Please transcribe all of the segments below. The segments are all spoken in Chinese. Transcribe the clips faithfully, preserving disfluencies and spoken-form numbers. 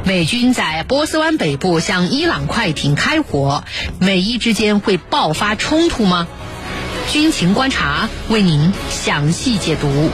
美军在波斯湾北部向伊朗快艇开火，美伊之间会爆发冲突吗？军情观察为您详细解读。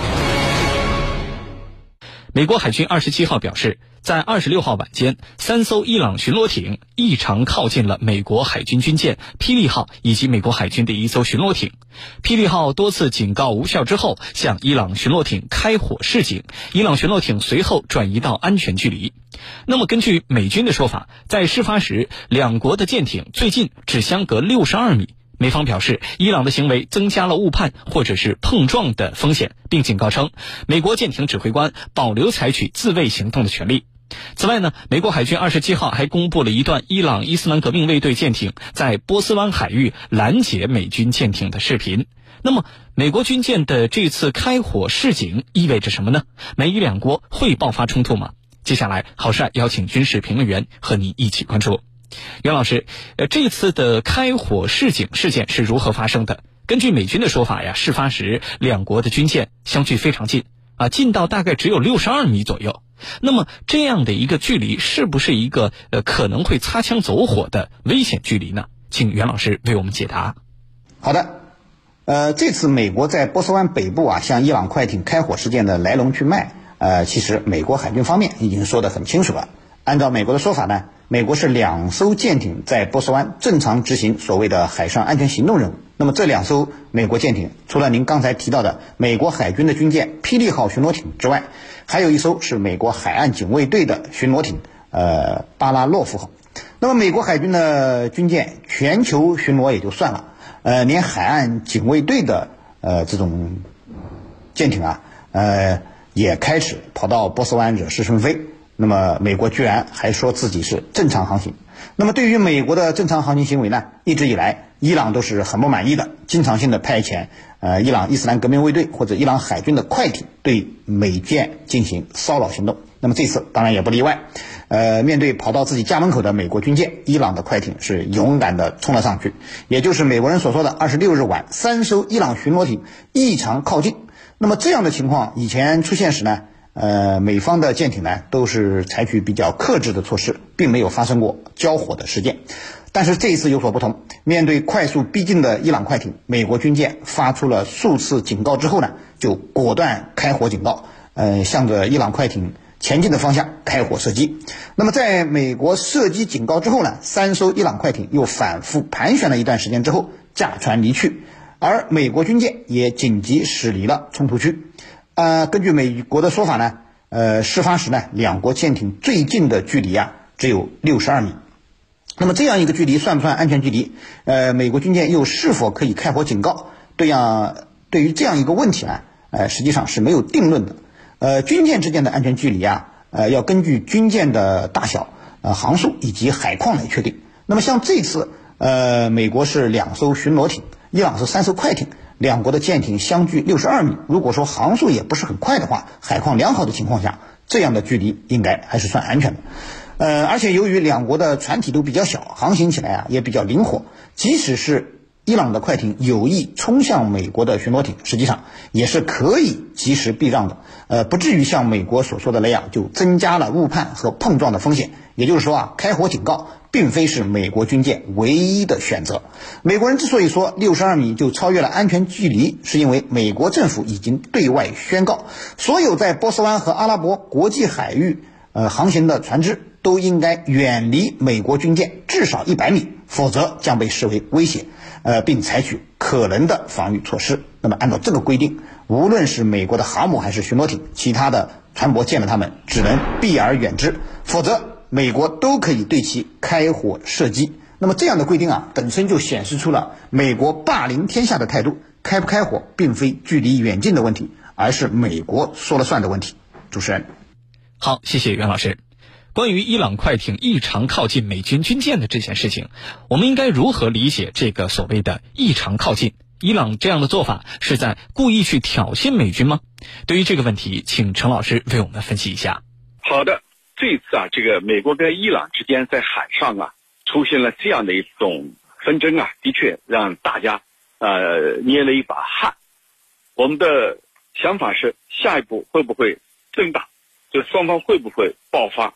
美国海军二十七号表示，在二十六号晚间，三艘伊朗巡逻艇异常靠近了美国海军军舰霹雳号以及美国海军的一艘巡逻艇。霹雳号多次警告无效之后，向伊朗巡逻艇开火示警，伊朗巡逻艇随后转移到安全距离。那么根据美军的说法，在事发时，两国的舰艇最近只相隔六十二米。美方表示，伊朗的行为增加了误判或者是碰撞的风险，并警告称，美国舰艇指挥官保留采取自卫行动的权利。此外呢，美国海军二十七号还公布了一段伊朗伊斯兰革命卫队舰艇在波斯湾海域拦截美军舰艇的视频。那么，美国军舰的这次开火示警意味着什么呢？美伊两国会爆发冲突吗？接下来，郝帅邀请军事评论员和你一起关注。袁老师，呃，这次的开火示警事件是如何发生的？根据美军的说法呀，事发时两国的军舰相距非常近，啊，近到大概只有六十二米左右。那么这样的一个距离，是不是一个呃可能会擦枪走火的危险距离呢？请袁老师为我们解答。 好的，呃，这次美国在波斯湾北部啊向伊朗快艇开火事件的来龙去脉，呃，其实美国海军方面已经说得很清楚了。按照美国的说法呢，美国是两艘舰艇在波斯湾正常执行所谓的海上安全行动任务。那么这两艘美国舰艇，除了您刚才提到的美国海军的军舰霹雳号巡逻艇之外，还有一艘是美国海岸警卫队的巡逻艇，呃，巴拉洛夫号。那么美国海军的军舰全球巡逻也就算了，呃，连海岸警卫队的呃这种舰艇啊，呃，也开始跑到波斯湾惹是生非。那么美国居然还说自己是正常航行。那么对于美国的正常航行行为呢，一直以来伊朗都是很不满意的，经常性的派遣呃伊朗伊斯兰革命卫队或者伊朗海军的快艇对美舰进行骚扰行动。那么这次当然也不例外，呃面对跑到自己家门口的美国军舰，伊朗的快艇是勇敢的冲了上去，也就是美国人所说的二十六日晚三艘伊朗巡逻艇异常靠近。那么这样的情况以前出现时呢，呃，美方的舰艇呢都是采取比较克制的措施，并没有发生过交火的事件。但是这一次有所不同，面对快速逼近的伊朗快艇，美国军舰发出了数次警告之后呢，就果断开火警告，呃，向着伊朗快艇前进的方向开火射击。那么在美国射击警告之后呢，三艘伊朗快艇又反复盘旋了一段时间之后驾船离去，而美国军舰也紧急驶离了冲突区。呃，根据美国的说法呢，呃，事发时呢，两国舰艇最近的距离啊只有六十二米。那么这样一个距离算不算安全距离？呃，美国军舰又是否可以开火警告？对样，对于这样一个问题呢，呃，实际上是没有定论的。呃，军舰之间的安全距离啊，呃，要根据军舰的大小、呃航速以及海况来确定。那么像这次，呃，美国是两艘巡逻艇，伊朗是三艘快艇。两国的舰艇相距六十二米，如果说航速也不是很快的话，海况良好的情况下，这样的距离应该还是算安全的。呃，而且由于两国的船体都比较小，航行起来啊也比较灵活，即使是伊朗的快艇有意冲向美国的巡逻艇，实际上也是可以及时避让的，呃，不至于像美国所说的那样，就增加了误判和碰撞的风险。也就是说啊，开火警告并非是美国军舰唯一的选择。美国人之所以说六十二米就超越了安全距离，是因为美国政府已经对外宣告，所有在波斯湾和阿拉伯国际海域呃航行的船只都应该远离美国军舰至少一百米，否则将被视为威胁，呃，并采取可能的防御措施。那么按照这个规定，无论是美国的航母还是巡逻艇，其他的船舶见了他们只能避而远之，否则美国都可以对其开火射击。那么这样的规定啊，本身就显示出了美国霸凌天下的态度。开不开火并非距离远近的问题，而是美国说了算的问题。主持人， 好，谢谢袁老师。关于伊朗快艇异常靠近美军军舰的这件事情，我们应该如何理解这个所谓的异常靠近？伊朗这样的做法是在故意去挑衅美军吗？对于这个问题，请陈老师为我们分析一下。 好的，这次啊，这个美国跟伊朗之间在海上啊出现了这样的一种纷争啊，的确让大家呃捏了一把汗。我们的想法是，下一步会不会真打？就双方会不会爆发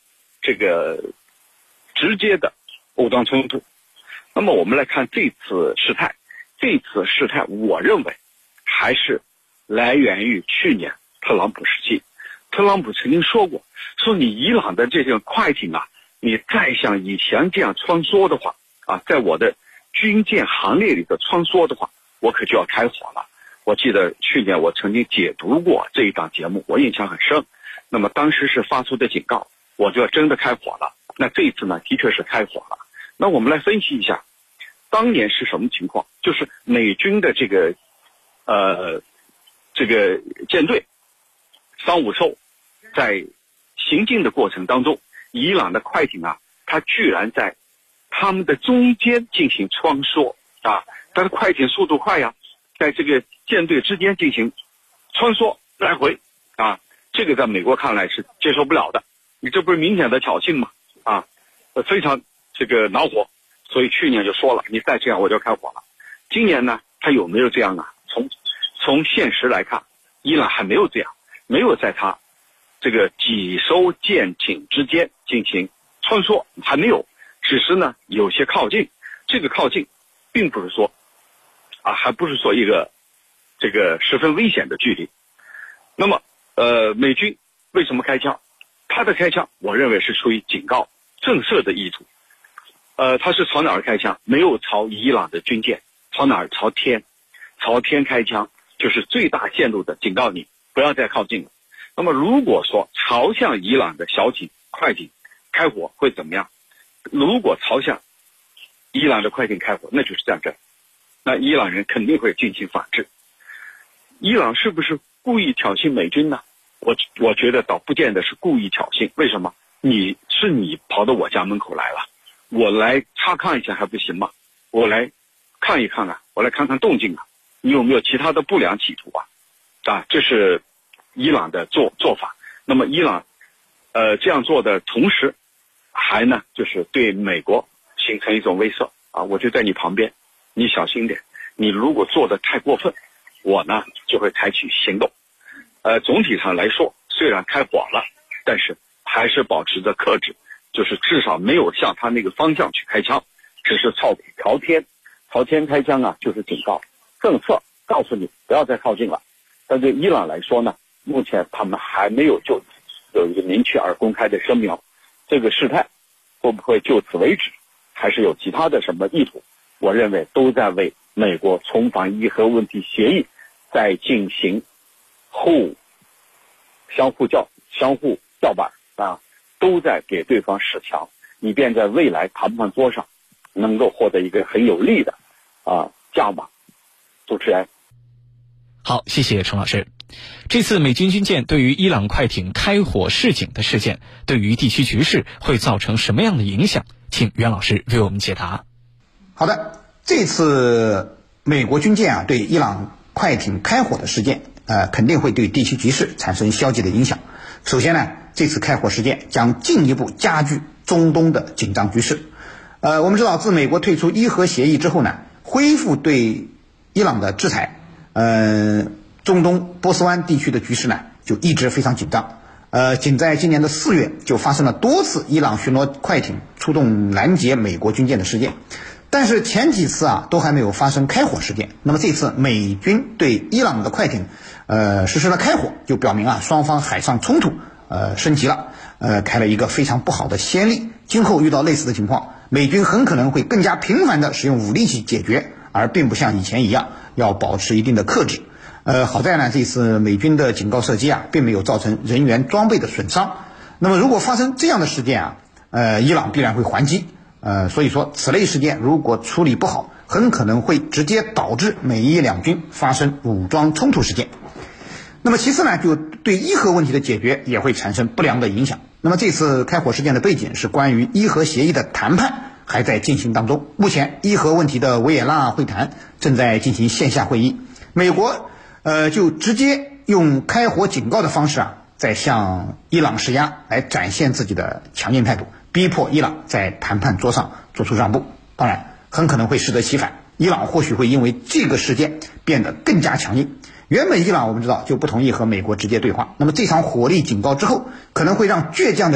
这个直接的武装冲突。那么我们来看这次事态，这次事态我认为还是来源于去年特朗普时期。特朗普曾经说过，说你伊朗的这种快艇啊，你再像以前这样穿梭的话啊，在我的军舰行列里的穿梭的话，我可就要开火了。我记得去年我曾经解读过这一档节目，我印象很深。那么当时是发出的警告，我就要真的开火了。那这一次呢，的确是开火了。那我们来分析一下，当年是什么情况？就是美军的这个呃这个舰队商务艘在行进的过程当中，伊朗的快艇啊，它居然在他们的中间进行穿梭啊，它的快艇速度快呀，在这个舰队之间进行穿梭来回啊，这个在美国看来是接受不了的，你这不是明显的挑衅吗？啊，非常这个恼火，所以去年就说了，你再这样我就开火了。今年呢，他有没有这样啊？从从现实来看，伊朗还没有这样，没有在他这个几艘舰艇之间进行穿梭，还没有，只是呢有些靠近。这个靠近，并不是说啊，还不是说一个这个十分危险的距离。那么，呃，美军为什么开枪？他的开枪，我认为是出于警告、震慑的意图。呃，他是朝哪儿开枪？没有朝伊朗的军舰，朝哪儿？朝天，朝天开枪，就是最大限度的警告你不要再靠近了。那么，如果说朝向伊朗的小艇、快艇开火会怎么样？如果朝向伊朗的快艇开火，那就是战争，那伊朗人肯定会进行反制。伊朗是不是故意挑衅美军呢？我我觉得倒不见得是故意挑衅。为什么？你是你跑到我家门口来了，我来查看一下还不行吗？我来看一看啊，我来看看动静啊，你有没有其他的不良企图啊？啊，这是伊朗的做做法。那么伊朗呃这样做的同时，还呢就是对美国形成一种威慑啊，我就在你旁边，你小心点，你如果做的太过分，我呢就会采取行动。呃，总体上来说，虽然开火了，但是还是保持着克制，就是至少没有向他那个方向去开枪，只是朝朝天，朝天开枪啊，就是警告、震慑，告诉你不要再靠近了。但对伊朗来说呢，目前他们还没有就有一个明确而公开的声明，这个事态会不会就此为止，还是有其他的什么意图？我认为都在为美国重返伊核问题协议在进行互相互叫相互叫板啊，都在给对方示强，以便在未来谈判桌上能够获得一个很有利的啊价码。主持人， 好，谢谢陈老师。这次美军军舰对于伊朗快艇开火示警的事件，对于地区局势会造成什么样的影响？请袁老师为我们解答。 好的，这次美国军舰啊对伊朗快艇开火的事件，呃，肯定会对地区局势产生消极的影响。首先呢，这次开火事件将进一步加剧中东的紧张局势。呃，我们知道，自美国退出伊核协议之后呢，恢复对伊朗的制裁，呃，中东波斯湾地区的局势呢就一直非常紧张。呃，仅在今年的四月就发生了多次伊朗巡逻快艇出动拦截美国军舰的事件。但是前几次啊都还没有发生开火事件，那么这次美军对伊朗的快艇呃实施了开火，就表明啊双方海上冲突呃升级了，呃开了一个非常不好的先例。今后遇到类似的情况，美军很可能会更加频繁地使用武力去解决，而并不像以前一样要保持一定的克制。呃好在呢，这次美军的警告射击啊并没有造成人员装备的损伤。那么如果发生这样的事件啊，呃伊朗必然会还击。呃，所以说此类事件如果处理不好，很可能会直接导致美伊两军发生武装冲突事件。那么其次呢，就对伊核问题的解决也会产生不良的影响。那么这次开火事件的背景是关于伊核协议的谈判还在进行当中。目前伊核问题的维也纳会谈正在进行线下会议，美国呃就直接用开火警告的方式啊，在向伊朗施压，来展现自己的强硬态度，逼迫伊朗在谈判桌上做出让步。当然很可能会适得其反，伊朗或许会因为这个事件变得更加强硬。原本伊朗我们知道就不同意和美国直接对话，那么这场火力警告之后，可能会让倔强的伊朗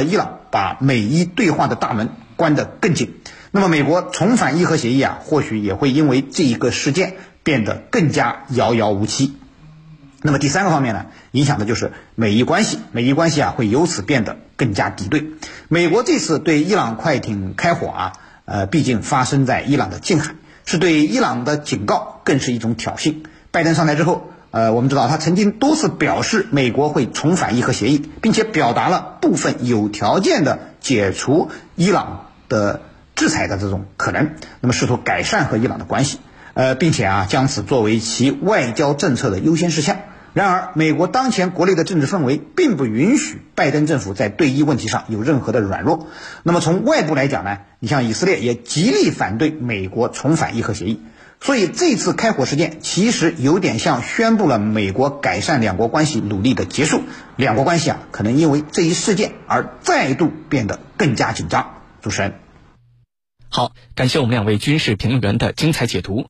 把美伊对话的大门关得更紧。那么美国重返伊核协议啊，或许也会因为这一个事件变得更加遥遥无期。那么第三个方面呢，影响的就是美伊关系，美伊关系啊会由此变得更加敌对。美国这次对伊朗快艇开火啊，呃，毕竟发生在伊朗的近海，是对伊朗的警告，更是一种挑衅。拜登上台之后，呃，我们知道他曾经多次表示美国会重返伊核协议，并且表达了部分有条件的解除伊朗的制裁的这种可能，那么试图改善和伊朗的关系，呃，并且啊将此作为其外交政策的优先事项。然而，美国当前国内的政治氛围并不允许拜登政府在对伊问题上有任何的软弱。那么从外部来讲呢，你像以色列也极力反对美国重返伊核协议。所以这次开火事件其实有点像宣布了美国改善两国关系努力的结束，两国关系啊可能因为这一事件而再度变得更加紧张。主持人， 好，感谢我们两位军事评论员的精彩解读。